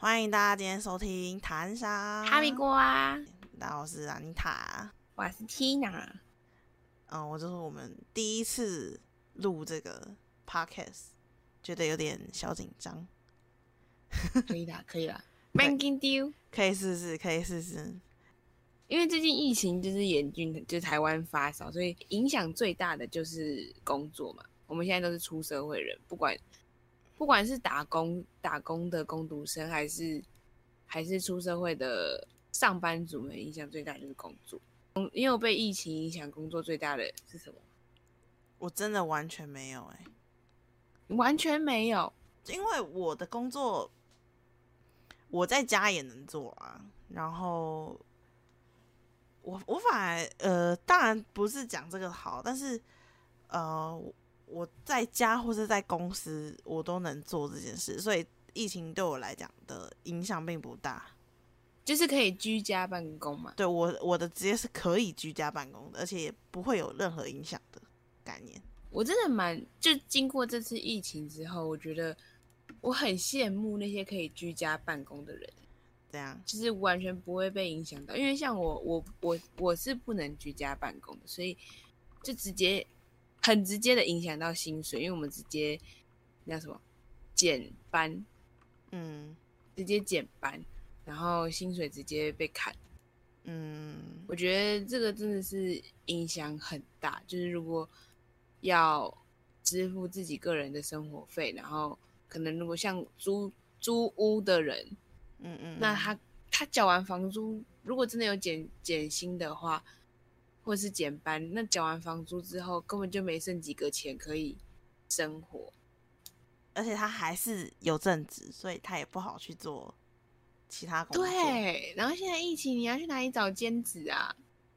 欢迎大家今天收听谈啥哈密瓜， 大家好，我是安妮塔， 我是 Tina。 我就是我们第一次录这个 podcast， 觉得有点小紧张。 可以啦，可以啦，慢紧丢， 可以试试，可以试试。 因为最近疫情就是严峻，就是台湾发烧，所以影响最大的就是工作嘛。我们现在都是出社会人，不管是打工的工读生，还是出社会的上班族们，影响最大就是工作。因为我被疫情影响，工作最大的是什么？ 我真的完全没有完全没有， 因为我的工作我在家也能做啊，然后我反而当然不是讲这个好，但是我在家或是在公司我都能做这件事，所以疫情对我来讲的影响并不大。 就是可以居家办公嘛。 对，我的职业是可以居家办公的，而且也不会有任何影响的概念。 我真的就经过这次疫情之后，我觉得我很羡慕那些可以居家办公的人， 这样就是完全不会被影响到。因为像我是不能居家办公的，所以就很直接的影响到薪水，因为我们直接那叫什么减班，直接减班，然后薪水直接被砍。我觉得这个真的是影响很大，就是如果要支付自己个人的生活费，然后可能如果像租屋的人，那他缴完房租，如果真的有减薪的话，或者是减班，那缴完房租之后根本就没剩几个钱可以生活， 而且他还是有正职，所以他也不好去做其他工作。 对，然后现在疫情，你要去哪里找兼职啊？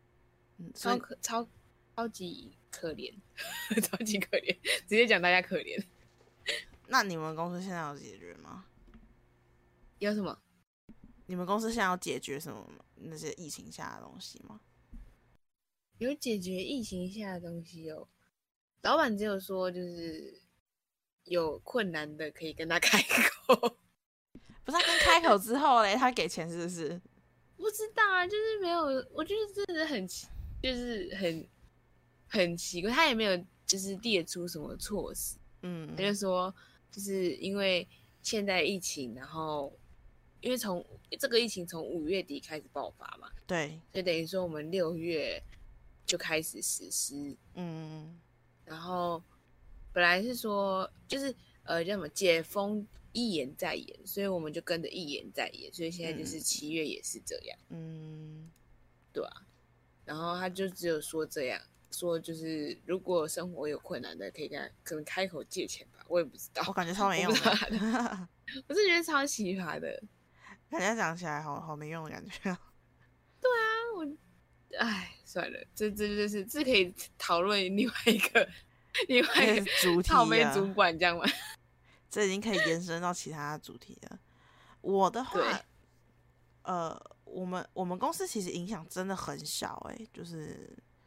超级可怜，超级可怜，直接讲大家可怜。 那你们公司现在有解决吗？ 有什么？ 你们公司现在要解决什么那些疫情下的东西吗？ 有解决疫情下的东西哦。老板只有说，就是有困难的可以跟他开口。 不是他跟开口之后嘞，他给钱是不是？ 不知道啊，就是没有，我觉得真的很奇怪，他也没有就是列出什么措施。他就说，就是因为现在疫情，然后因为这个疫情从5月底开始爆发嘛， 对， 所以等于说我们6月就开始实施。然后本来是说就是叫什么解封一延再延，所以我们就跟着一延再延，所以现在就是7月也是这样。对啊。然后他就只有说这样，说就是如果生活有困难的，可能开口借钱吧，我也不知道。 我感觉超没用的。 我是觉得超奇葩的， 感觉讲起来好没用的感觉。 对啊，算了，这可以讨论另外一个主题草莓主管这样吗？ 这已经可以延伸到其他主题了。我的话，我们公司其实影响真的很小就是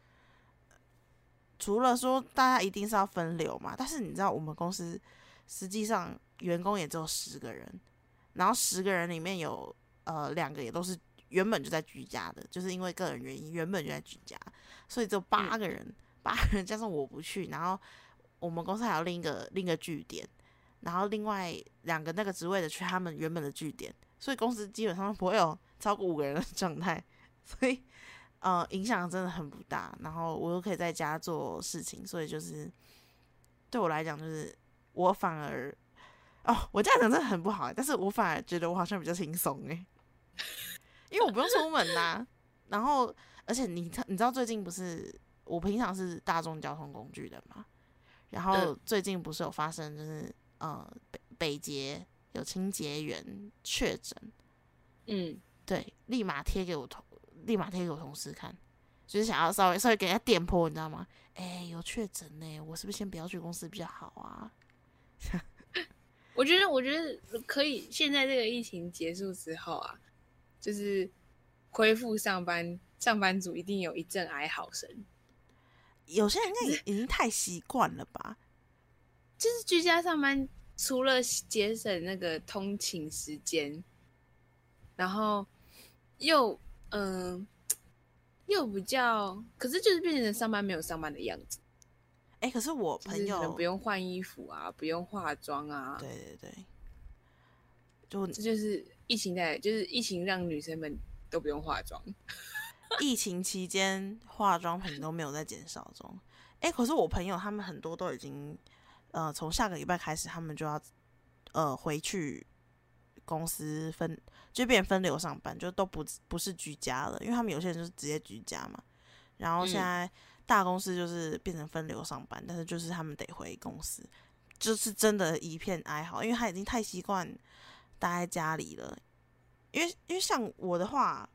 除了说大家一定是要分流嘛，但是你知道我们公司实际上员工也只有10个人，然后10个人里面有2个也都是原本就在居家的，就是因为个人原因原本就在居家，所以只有8个人，8个人加上我不去，然后我们公司还有另一个据点，然后另外2个那个职位的去他们原本的据点，所以公司基本上不会有超过5个人的状态，所以影响真的很不大。然后我又可以在家做事情，所以就是对我来讲，就是我反而我这样讲真的很不好但是我反而觉得我好像比较轻松因为我不用出门然后而且你知道最近不是我平常是大众交通工具的嘛，然后最近不是有发生就是北捷有清洁员确诊，对，立马贴给我同事看，就是想要稍微给人家电波，你知道吗？有确诊我是不是先不要去公司比较好啊？ 我觉得可以，现在这个疫情结束之后啊，就是恢复上班，上班族一定有一阵哀嚎声。 有些人应该已经太习惯了吧？ 就是居家上班，除了节省那个通勤时间， 然后又又比较，可是就是变成上班没有上班的样子。 可是我就是可能朋友不用换衣服啊，不用化妆啊。 对对对， 这就是疫情带来，就是疫情让女生们都不用化妆。 疫情期间化妆品都没有在减少中。可是我朋友他们很多都已经从下个礼拜开始，他们就要回去公司就变成分流上班，就都不是居家了，因为他们有些人就是直接居家嘛。然后现在大公司就是变成分流上班，但是就是他们得回公司，就是真的一片哀嚎，因为他已经太习惯待在家里了。因为像我的话，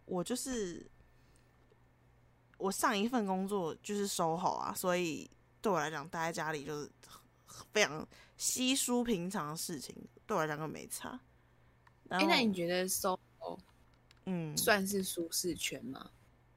我上一份工作就是 SOHO 啊，所以对我来讲待在家里就是非常稀疏平常的事情，对我来讲根本没差。 那你觉得 SOHO 嗯算是舒适圈吗？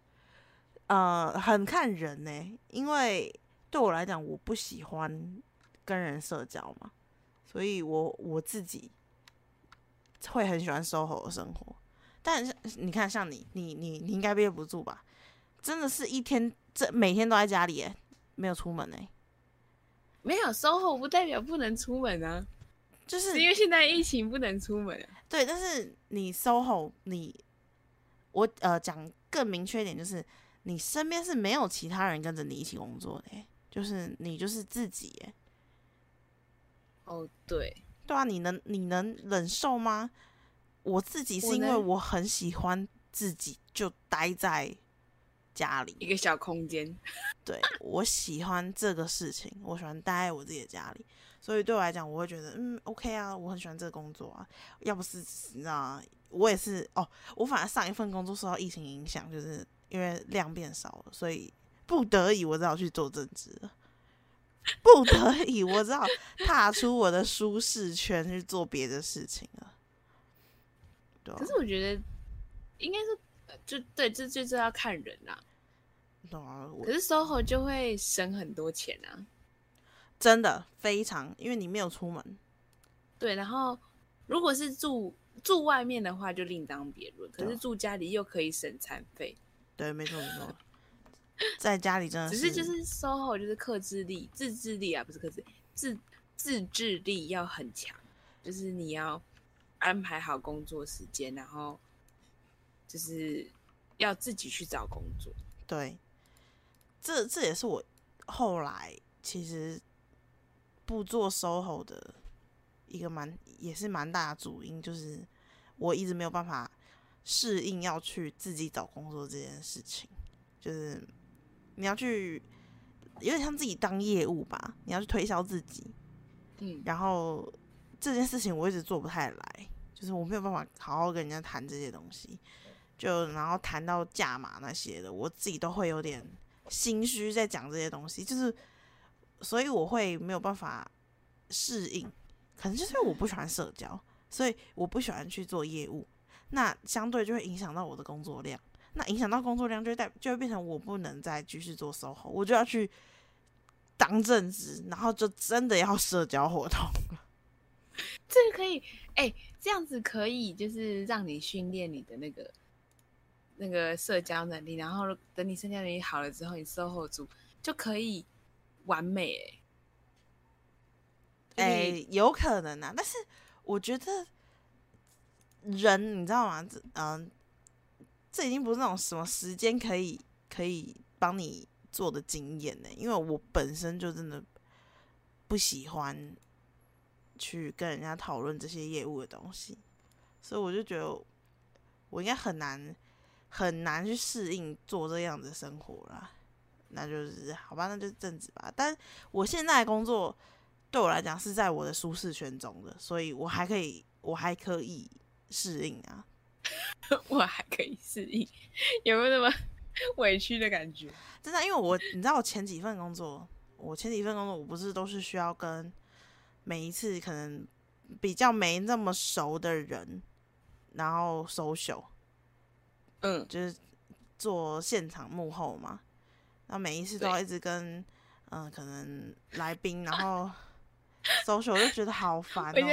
很看人呢，因为对我来讲，我不喜欢跟人社交嘛，所以我自己会很喜欢 SOHO 的生活。但是你看，像你应该憋不住吧？真的是每天都在家里耶，没有出门哎。 没有 SOHO 不代表不能出门啊， 就是因为现在疫情不能出门啊。 对，但是你 SOHO，我讲更明确一点，就是你身边是没有其他人跟着你一起工作的耶，就是你就是自己耶。 哦，对， 对啊，你能忍受吗？我自己是因为我很喜欢自己就待在家里一个小空间。 对，我喜欢这个事情，我喜欢待在我自己的家里，所以对我来讲，我会觉得OK 啊，我很喜欢这个工作啊。要不是你知道吗？我也是我反而上一份工作受到疫情影响，就是因为量变少了，所以不得已我只好去做正职了。不得已，我只好踏出我的舒适圈去做别的事情了。对啊， 可是我觉得应该是这要看人啊。 懂啊， 可是 SOHO 就会省很多钱啊。 真的非常，因为你没有出门。 对，然后如果是住外面的话，就另当别论。可是住家里又可以省餐费。 对，没错没错，在家里真的只是就是 SOHO 就是克制力、自制力啊，不是克制，自制力要很强，就是你要安排好工作时间，然后就是要自己去找工作。 对，这也是我后来其实不做 SOHO 的一个也是蛮大的主因，就是我一直没有办法适应要去自己找工作这件事情，就是你要去有点像自己当业务吧，你要去推销自己，然后这件事情我一直做不太来，就是我没有办法好好跟人家谈这些东西，然后谈到价码那些的，我自己都会有点心虚在讲这些东西，就是所以我会没有办法适应，可能就是因为我不喜欢社交，所以我不喜欢去做业务，那相对就会影响到我的工作量，那影响到工作量就会变成我不能再继续做 SOHO， 我就要去当正职，然后就真的要社交活动了。 这个可以，这样子可以，就是让你训练你的那个社交能力，然后等你社交能力好了之后，你 SOHO 组就可以完美。 有可能啊，但是我觉得人你知道吗？这已经不是那种什么时间可以帮你做的经验呢，因为我本身就真的不喜欢去跟人家讨论这些业务的东西，所以我就觉得我应该很难去适应做这样子的生活啦。那就是好吧，那就是正职吧。但我现在的工作对我来讲是在我的舒适圈中的，所以我还可以适应啊。 我还可以适应，有没有那么委屈的感觉？ 真的，因为你知道我前几份工作，我不是都是需要跟每一次可能比较没那么熟的人，然后 social，就是做现场幕后嘛，然后每一次都要一直跟可能来宾，然后 social 就觉得好烦哦。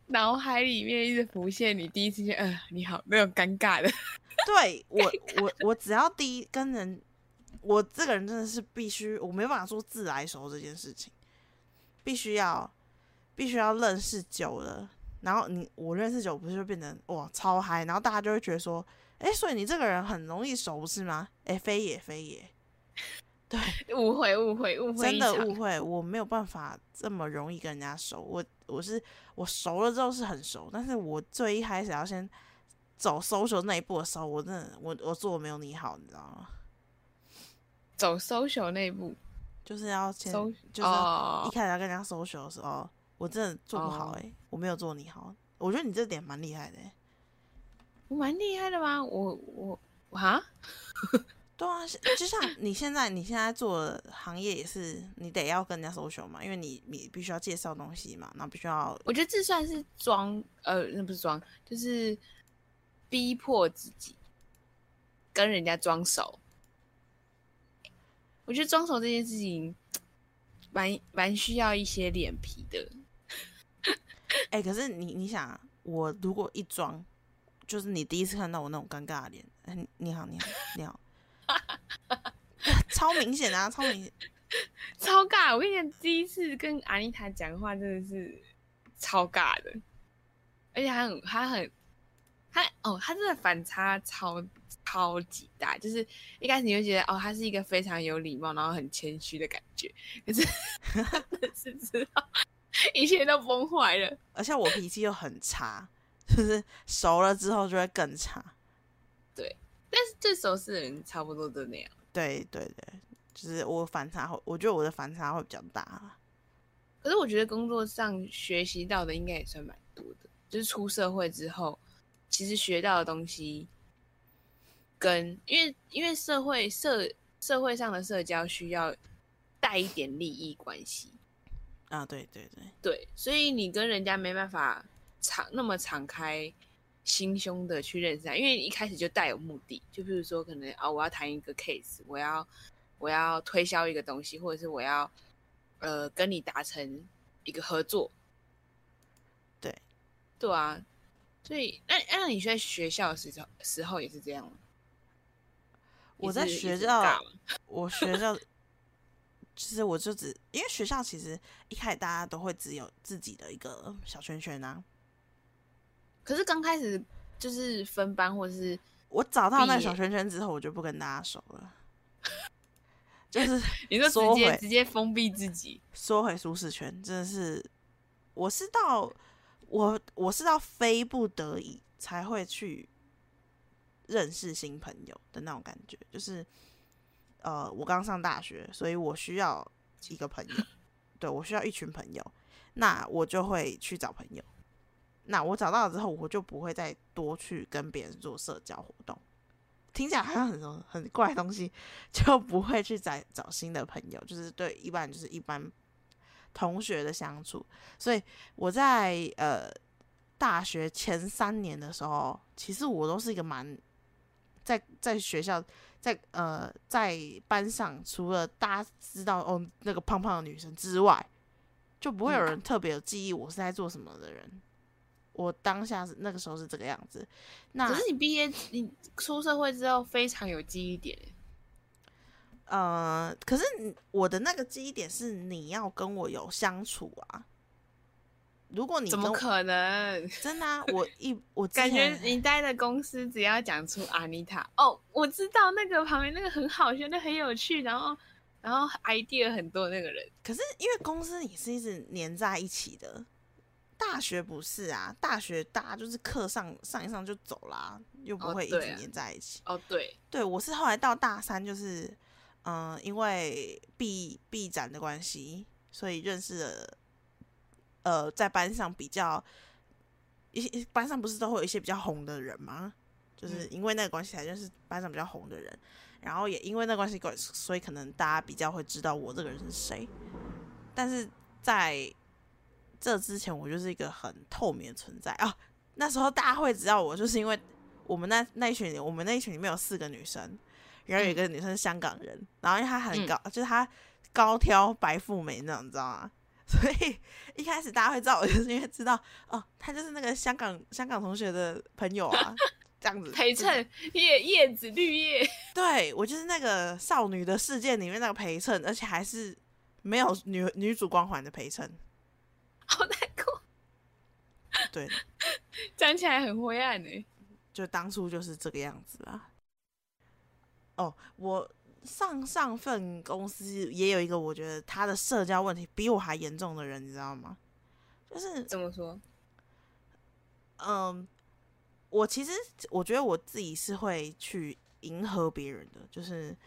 脑海里面一直浮现你第一次见，你好，那种尴尬的。 对我只要第一跟人，我这个人真的是必须，我没办法说自来熟这件事情，必须要认识久了，然后我认识久不是就变成哇超嗨，然后大家就会觉得说，所以你这个人很容易熟不是吗？非也非也，对， 误会真的误会，我没有办法这么容易跟人家熟，我熟了之后是很熟，但是我最一开始要先走 social 那一步的时候，我真的我做的没有你好，你知道吗？ 走 social 那一步， 就是要先就是一开始要跟人家 social 的时候，我真的做不好我没有做你好，我觉得你这点蛮厉害的我蛮厉害的吗？我哈？ 对啊，就像你现在做的行业也是，你得要跟人家 social 嘛，因为你必须要介绍东西嘛，然后必须要。 我觉得这算是装，那不是装，就是逼迫自己跟人家装熟。我觉得装熟这件事情蛮需要一些脸皮的。 可是你想啊，我如果一装，就是你第一次看到我那种尴尬的脸，你好，超明显啊，超明显， 超尬！我跟你讲，第一次跟阿妮塔讲话真的是超尬的，而且他真的反差超级大。就是一开始你会觉得他是一个非常有礼貌，然后很谦虚的感觉，可是是之后一切都崩坏了。 而且我脾气又很差，就是熟了之后就会更差。 对，但是最熟识的人差不多都那样。 对，就是我觉得我的反差会比较大。 可是我觉得工作上学习到的应该也算蛮多的，就是出社会之后，其实学到的东西因为社会上的社交需要带一点利益关系啊，对， 所以你跟人家没办法那么敞开心胸的去认识他，因为一开始就带有目的，就比如说可能我要谈一个 case，我要推销一个东西，或者是我要跟你达成一个合作。对啊，所以那你在学校的时候也是这样吗？ 我在学校，其实我就因为学校其实一开始大家都会只有自己的一个小圈圈啊。 可是刚开始就是分班或者是我找到那个小圈圈之后，我就不跟大家熟了，就是你说直接封闭自己， 缩回舒适圈，真的是我是到非不得已才会去认识新朋友的那种感觉，就是我刚上大学，所以我需要一个朋友，对，我需要一群朋友，那我就会去找朋友。那我找到了之后，我就不会再多去跟别人做社交活动，听起来好像很怪的东西，就不会去找新的朋友，就是对一般同学的相处。所以我在大学前3年的时候，其实我都是一个蛮在学校在班上，除了大家知道那个胖胖的女生之外，就不会有人特别有记忆我是在做什么的人。我当下那个时候是这个样子。那可是你出社会之后非常有记忆点。 可是我的那个记忆点是你要跟我有相处啊。如果你怎么可能？ 真的啊，我感觉你待的公司只要讲出阿妮塔，我知道那个旁边那个很好笑，那很有趣，然后 idea 很多的那个人。 可是因为公司也是一直黏在一起的。大学不是啊，大学大家就是课上一上就走啦，又不会一直黏在一起。 对， 我是后来到大3，就是因为毕展的关系，所以认识了在班上比较班上不是都会有一些比较红的人吗？就是因为那个关系才认识班上比较红的人，然后也因为那个关系，所以可能大家比较会知道我这个人是谁。但是在这之前，我就是一个很透明的存在啊。那时候大家会知道我，就是因为我们那一群里面有4个女生，然后有一个女生是香港人，然后因为她很高，就是她高挑白富美那种，你知道吗？ 所以一开始大家会知道我，就是因为知道哦，他就是那个香港同学的朋友啊，这样子。 陪衬叶子绿叶， 对，我就是那个少女的世界里面那个陪衬，而且还是没有女主光环的陪衬。 好难过。 对， 讲起来很灰暗欸。 就当初就是这个样子啦。哦，我上份公司也有一个我觉得他的社交问题比我还严重的人，你知道吗？就是怎么说？ 我其实我觉得我自己是会去迎合别人的，就是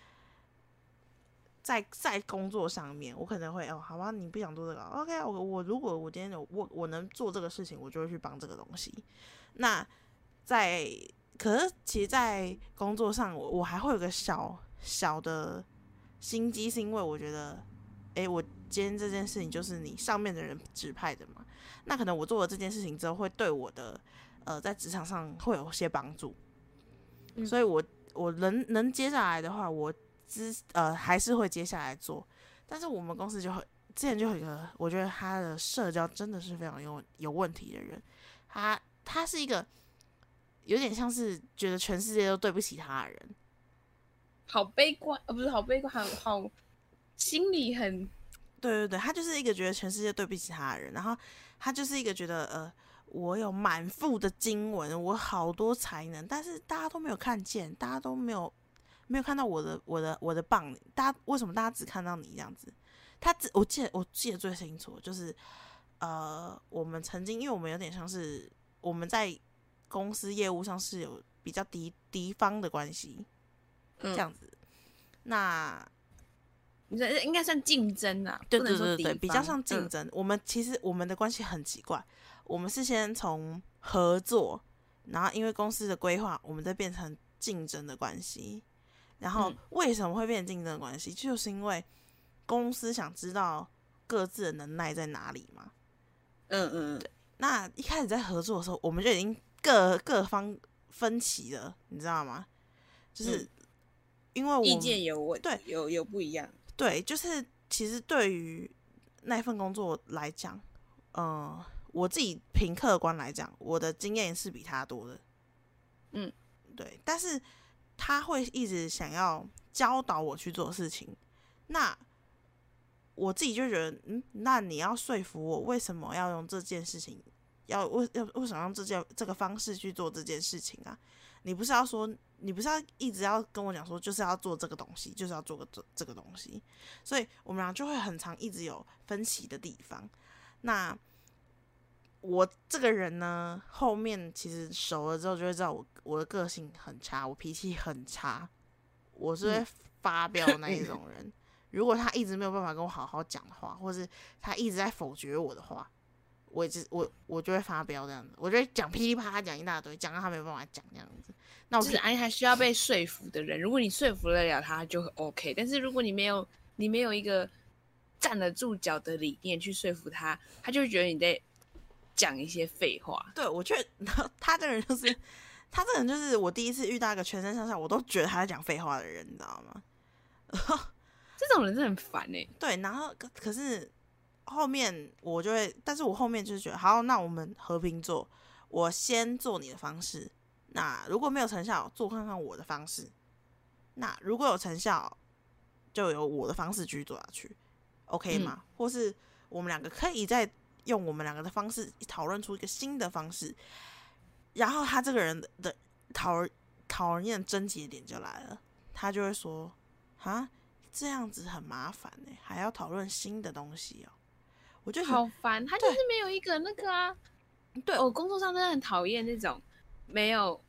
在工作上面，我可能会好吧，你不想做这个，OK， 我如果我今天我能做这个事情，我就会去帮这个东西。那可是其实，在工作上，我还会有个小的心机，是因为我觉得，我今天这件事情就是你上面的人指派的嘛，那可能我做了这件事情之后，会对我的在职场上会有些帮助，所以我能接下来的话，我还是会接下来做。但是我们公司之前就有一个，我觉得他的社交真的是非常有问题的人，他是一个有点像是觉得全世界都对不起他的人。 好悲观，不是好悲观，好心里很对，他就是一个觉得全世界对不起他的人，然后他就是一个觉得我有满腹的经文，我好多才能，但是大家都没有看见，大家都没有看到我的棒，为什么大家只看到你这样子？我记得最清楚就是我们曾经，因为我们有点像是我们在公司业务上是有比较敌方的关系，这样子。那应该算竞争啊， 对，比较像竞争。其实我们的关系很奇怪，我们是先从合作，然后因为公司的规划，我们再变成竞争的关系。然后为什么会变成竞争的关系？就是因为公司想知道各自的能耐在哪里嘛。对。那一开始在合作的时候，我们就已经各方分歧了，你知道吗？就是因为意见对有不一样。 对，就是其实对于那份工作来讲，我自己凭客观来讲，我的经验是比他多的。对，但是他会一直想要教导我去做事情，那我自己就觉得，那你要说服我为什么要用这件事情，为什么用这个方式去做这件事情啊？你不是要一直要跟我讲说，就是要做这个东西，就是要做这个东西，所以我们俩就会很常一直有分歧的地方。那我这个人呢，后面其实熟了之后就会知道我的个性很差，我脾气很差，我是会发飙的那一种人。如果他一直没有办法跟我好好讲的话，或是他一直在否决我的话，我就会发飙这样子，我就会讲噼里啪啦讲一大堆，讲到他没有办法讲这样子。那我就是还需要被说服的人，如果你说服得了他，就很 OK。但是如果你没有一个站得住脚的理念去说服他，他就会觉得你在讲一些废话。 对，我觉得他这个人就是我第一次遇到一个全身上下我都觉得他在讲废话的人，你知道吗？ 这种人真的很烦欸。 对，然后可是后面我就会，但是我后面就是觉得，好，那我们和平做，我先做你的方式，那如果没有成效，做看看我的方式，那如果有成效，就由我的方式继续做下去 ，OK 吗？或是我们两个可以再用我们两个的方式讨论出一个新的方式，然后他这个人的讨人厌的症结点就来了，他就会说，啊，这样子很麻烦还要讨论新的东西哦。我就好烦，他就是没有一个那个啊。 对， 我工作上真的很讨厌那种没有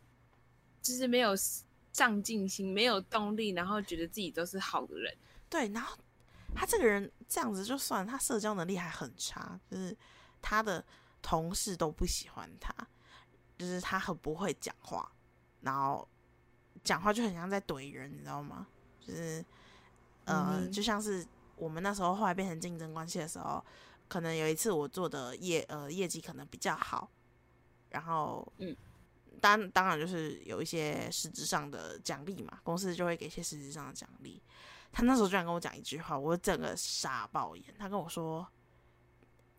上进心、没有动力，然后觉得自己都是好的人。 对，然后他这个人这样子就算，他社交能力还很差，就是他的同事都不喜欢他，就是他很不会讲话，然后讲话就很像在怼人，你知道吗？就是就像是我们那时候后来变成竞争关系的时候，可能有一次我做的业绩可能比较好，然后当然就是有一些实质上的奖励嘛，公司就会给一些实质上的奖励。他那时候居然跟我讲一句话，我整个傻爆眼。他跟我说：“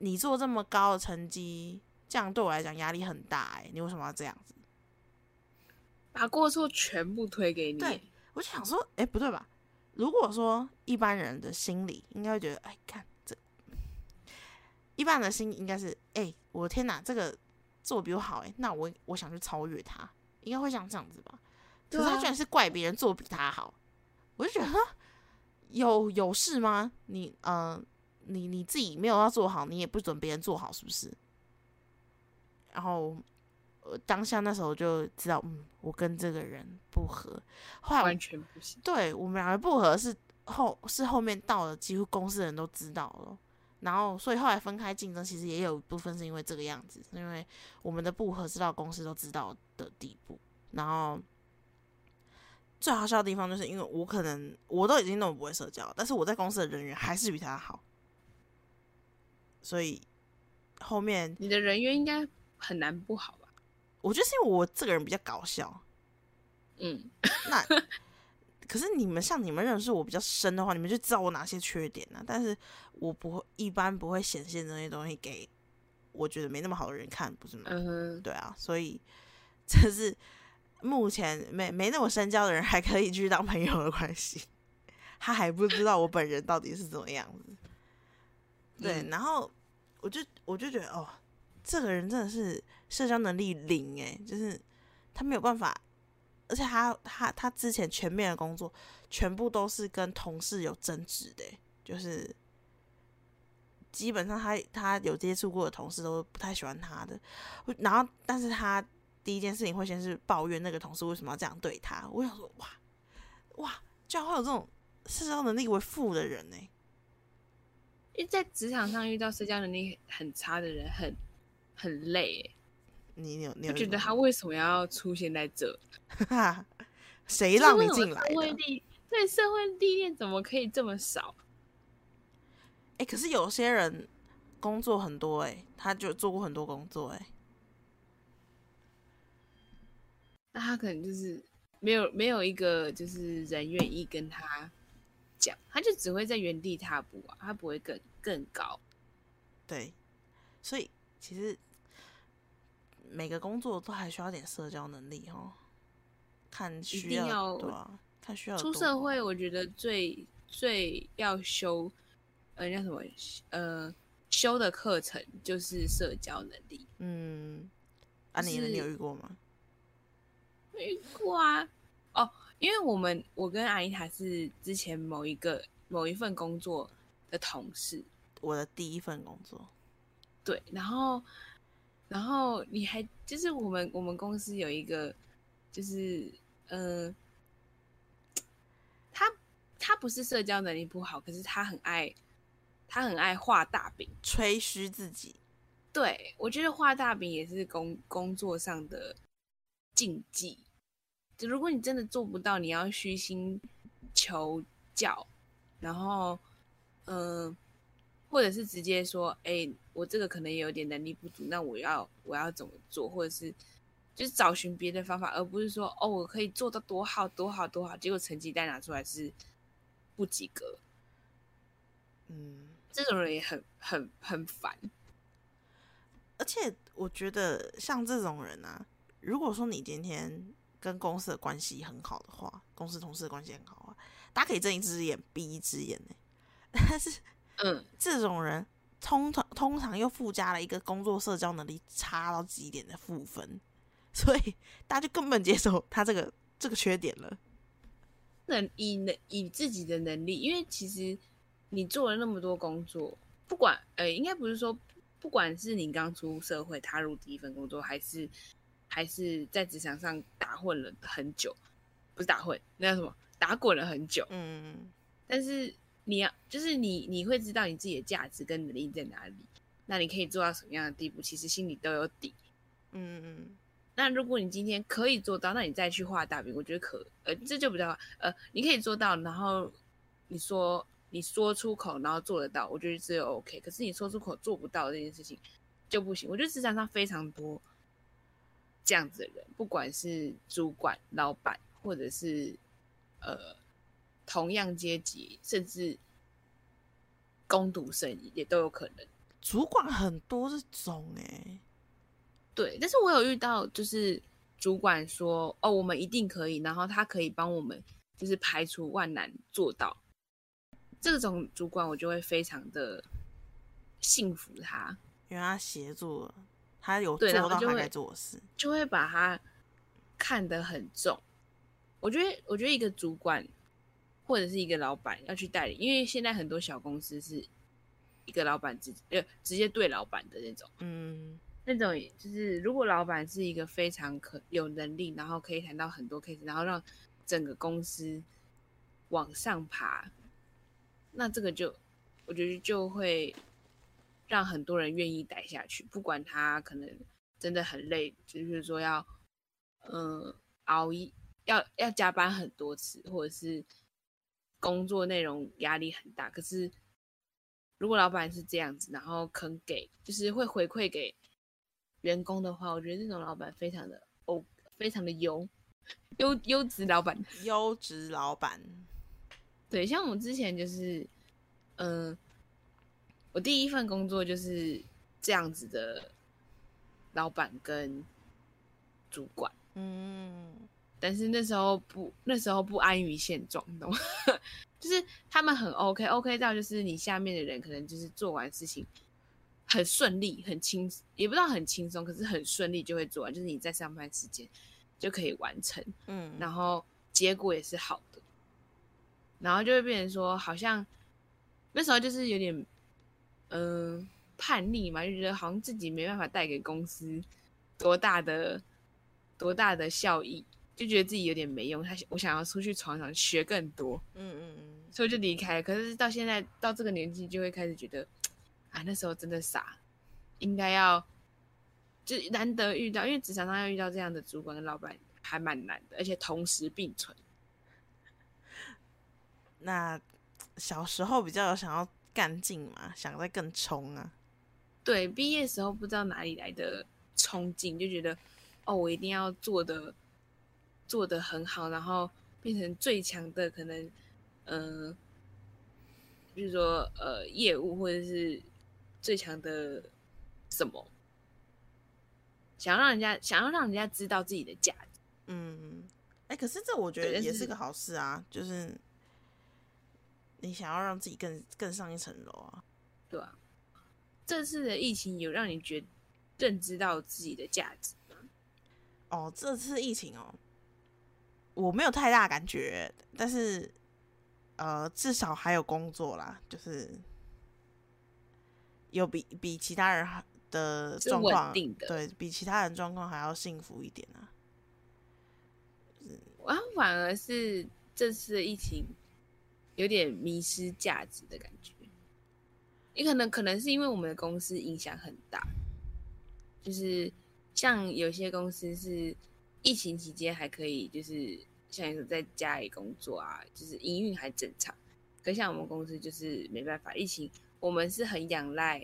你做这么高的成绩，这样对我来讲压力很大你为什么要这样子？ 把过错全部推给你。 对，我就想说，不对吧？如果说一般人的心理应该会觉得，看这，一般人的心理应该是，我的天哪，这个做比我好，那我想去超越他，应该会像这样子吧？可是他居然是怪别人做比他好，我就觉得有事吗？你自己没有要做好，你也不准别人做好，是不是？然后当下那时候就知道，我跟这个人不合。后来完全不行。 对，我们两个不合是后面到了几乎公司的人都知道了，然后所以后来分开竞争，其实也有一部分是因为这个样子，因为我们的不合是到公司都知道的地步。然后最好笑的地方就是因为我都已经那么不会社交，但是我在公司的人缘还是比他好，所以后面你的人缘应该很难不好吧？ 我觉得是因为我这个人比较搞笑。那可是你们认识我比较深的话，你们就知道我哪些缺点啊。但是我一般不会显现这些东西给我觉得没那么好的人看，不是吗？对啊，所以这是目前没那么深交的人还可以继续当朋友的关系。他还不知道我本人到底是怎么样子。对，然后我就觉得这个人真的是社交能力零就是他没有办法。而且他之前全面的工作全部都是跟同事有争执的，就是基本上他有接触过的同事都不太喜欢他的。然后但是他第一件事情会先是抱怨那个同事为什么要这样对他。我想说哇，居然会有这种社交能力为负的人因为在职场上遇到社交能力很差的人很累你有觉得他为什么要出现在这？ 谁让你进来的？ 对，社会历练怎么可以这么少？ 可是有些人工作很多他就做过很多工作那他可能就是没有一个就是人愿意跟他讲，他就只会在原地踏步啊，他不会更高。 对，所以其实每个工作都还需要点社交能力看需要对啊，看需要出社会，我觉得最要修叫什么修的课程就是社交能力。 你有遇过吗？ 遇过啊。因为我跟阿妮塔是之前某一份工作的同事， 我的第一份工作。 对，然后你还就是我们公司有一个就是他不是社交能力不好，可是他很爱画大饼， 吹嘘自己。 对，我觉得画大饼也是工作上的禁忌。就如果你真的做不到，你要虚心求教，然后或者是直接说，我这个可能也有点能力不足，那我要怎么做，或者是就是找寻别的方法，而不是说我可以做到多好多好多好，结果成绩单拿出来是不及格。这种人也很烦。 而且我觉得像这种人啊，如果说你今天跟公司的关系很好的话，公司同事的关系很好啊，大家可以睁一只眼闭一只眼但是这种人通常又附加了一个工作社交能力差到极点的负分，所以大家就根本接受他这个缺点了。 以自己的能力，因为其实你做了那么多工作，不管应该不是说，不管是你刚出社会踏入第一份工作，还是在职场上打混了很久，不是打混，那叫什么？打滚了很久。但是你会知道你自己的价值跟能力在哪里，那你可以做到什么样的地步，其实心里都有底。那如果你今天可以做到，那你再去画大饼，我觉得这就比较你可以做到，然后你说出口，然后做得到，我觉得这就 OK。可是你说出口做不到这件事情就不行。我觉得职场上非常多这样子的人，不管是主管、老板，或者是同样阶级，甚至工读生也都有可能。 主管很多这种对，但是我有遇到就是主管说哦我们一定可以，然后他可以帮我们就是排除万难做到，这种主管我就会非常的信服他， 因为他协助了，他有对，然后做到他该做的事， 就会把他看得很重。我觉得一个主管或者是一个老板要去带领，因为现在很多小公司是一个老板直接对老板的那种，那种就是如果老板是一个非常有能力，然后可以谈到很多 case， 然后让整个公司往上爬，那这个就我觉得就会让很多人愿意待下去，不管他可能真的很累，就是说要熬一要加班很多次，或者是工作内容压力很大，可是如果老板是这样子，然后肯给就是会回馈给员工的话，我觉得这种老板非常的非常的优质老板， 优质老板。 对，像我之前就是我第一份工作就是这样子的老板跟主管，但是那时候不安于现状，你懂吗？就是他们很 OK 到就是你下面的人可能就是做完事情很顺利，也不知道很轻松，可是很顺利就会做完，就是你在上班时间就可以完成，然后结果也是好的，然后就会变成说好像那时候就是有点叛逆嘛，就觉得好像自己没办法带给公司多大的效益，就觉得自己有点没用，我想要出去闯闯学更多，所以我就离开了。可是到现在到这个年纪，就会开始觉得啊，那时候真的傻，应该要就难得遇到，因为职场上要遇到这样的主管跟老板还蛮难的，而且同时并存。 那小时候比较有想要干劲嘛，想再更冲啊。 对，毕业时候不知道哪里来的冲劲，就觉得哦，我一定要做得很好，然后变成最强的可能，比如说业务或者是最强的什么，想要让人家知道自己的价值。 可是这我觉得对， 也是个好事啊，就是你想要让自己更上一层楼啊。 对啊，这次的疫情有让你认知到自己的价值吗？ 这次疫情我没有太大感觉，但是至少还有工作啦，就是有比其他人的状况，对比其他人状况还要幸福一点啊。 我反而是这次的疫情有点迷失价值的感觉，也可能是因为我们的公司影响很大，就是像有些公司是疫情期间还可以，就是像你说在家里工作啊，就是营运还正常。可像我们公司就是没办法，疫情我们是很仰赖，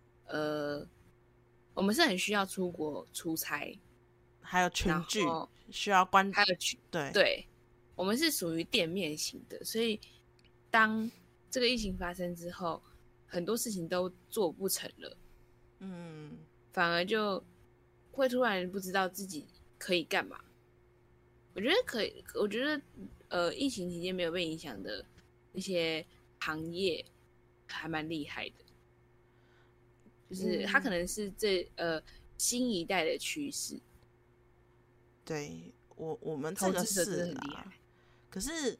我们是很需要出国出差， 还有群聚需要还有对，我们是属于店面型的，所以当这个疫情发生之后，很多事情都做不成了，反而就会突然不知道自己可以干嘛。我觉得疫情期间没有被影响的一些行业还蛮厉害的，就是它可能是新一代的趋势。 对，我们这个是啦，可是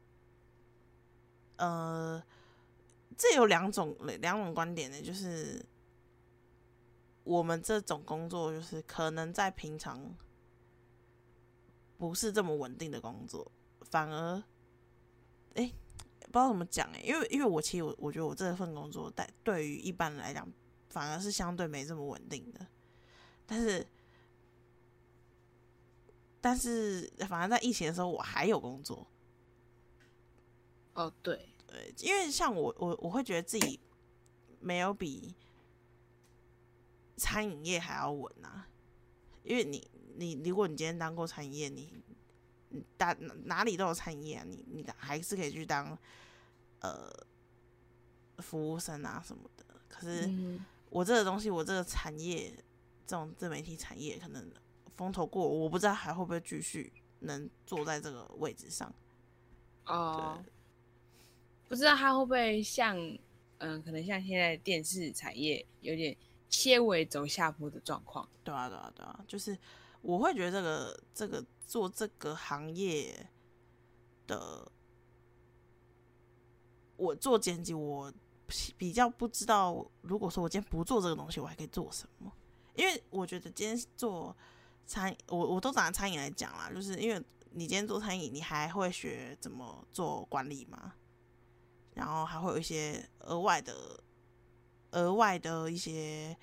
这有两种观点呢，就是我们这种工作就是可能在平常不是这么稳定的工作，反而不知道怎么讲因为我其实我觉得我这份工作对于一般人来讲反而是相对没这么稳定的，但是反正在疫情的时候我还有工作。 对， 因为像我会觉得自己没有比餐饮业还要稳啊，因为你如果你今天当过餐饮业，你哪里都有餐饮业啊，你还是可以去当服务生啊什么的。可是我这个东西，我这个产业，这种自媒体产业，可能风头过，我不知道还会不会继续能坐在这个位置上。 哦，不知道它会不会像，可能像现在电视产业有点些微走下坡的状况。 对啊，对啊，对啊，就是我会觉得这个做这个行业的，我做剪辑，我比较不知道，如果说我今天不做这个东西，我还可以做什么？因为我觉得今天做餐，我都拿餐饮来讲啦，就是因为你今天做餐饮，你还会学怎么做管理嘛，然后还会有一些额外的一些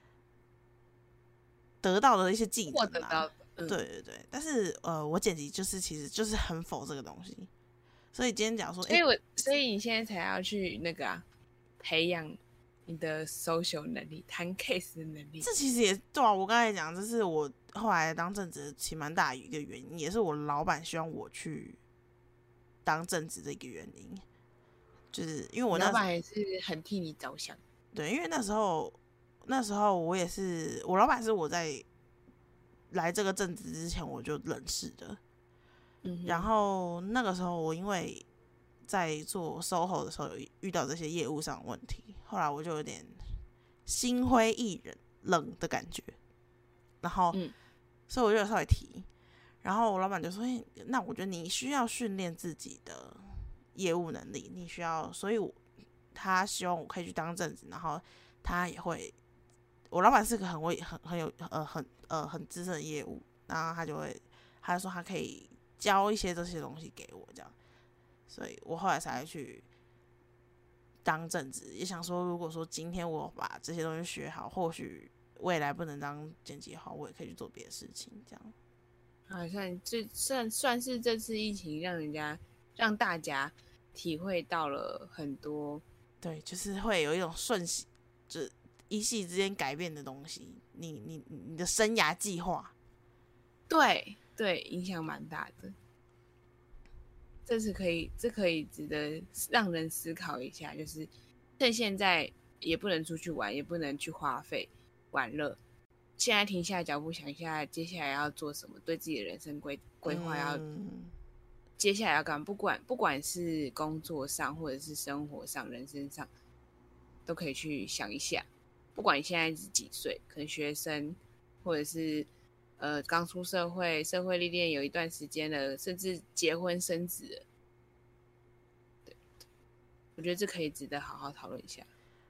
得到的一些技获能啦。 得到的， 对对对，但是我剪辑其实就是很否这个东西，所以今天讲说， 所以你现在才要去那个培养你的 social 能力，谈 case 的能力。 这其实也对啊，我刚才讲，这是我后来当正职其实蛮大一个原因，也是我老板希望我去当正职的一个原因，就是因为我老板也是很替你着想。 对，因为那时候我也是，我老板是我在来这个正职之前我就认识的，然后那个时候我因为在做 SOHO 的时候有遇到这些业务上的问题，后来我就有点心灰意冷的感觉，然后所以我就稍微提，然后我老板就说：“那我觉得你需要训练自己的业务能力，你需要，所以他希望我可以去当正职，然后他也会，我老板是个很有很资深的业务，然后他就说他可以教一些这些东西给我，这样，所以我后来才去当正职，也想说，如果说今天我把这些东西学好，或许未来不能当剪辑好，我也可以去做别的事情，这样。 好像算是这次疫情让大家体会到了很多， 对，就是会有一种就一夕之间改变的东西，你的生涯计划， 对，影响蛮大的。这可以值得让人思考一下，就是趁现在也不能出去玩，也不能去花费玩乐，现在停下脚步想一下接下来要做什么，对自己的人生规划要接下来要干嘛，不管是工作上或者是生活上人生上都可以去想一下。不管你现在是几岁，可能学生或者是刚出社会历练有一段时间了，甚至结婚生子了，对，我觉得这可以值得好好讨论一下。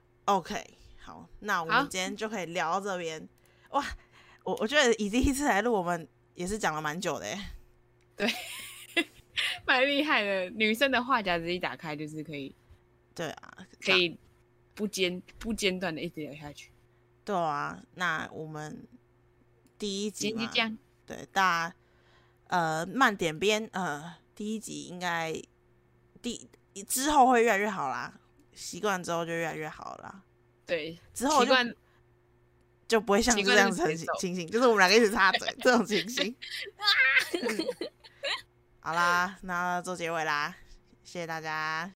OK， 好，那我们今天就可以聊到这边。哇，我觉得以第一次来录，我们也是讲了蛮久的耶。 对，蛮厉害的。女生的话匣子一打开，就是可以， 对啊， 可以不间断的一直聊下去。 对啊，那我们第一集嘛，对，大家慢点编，第一集应该之后会越来越好啦，习惯之后就越来越好啦。 对， 之后就不会像这样子情形，就是我们两个一直插嘴这种情形。好啦，那做结尾啦，谢谢大家。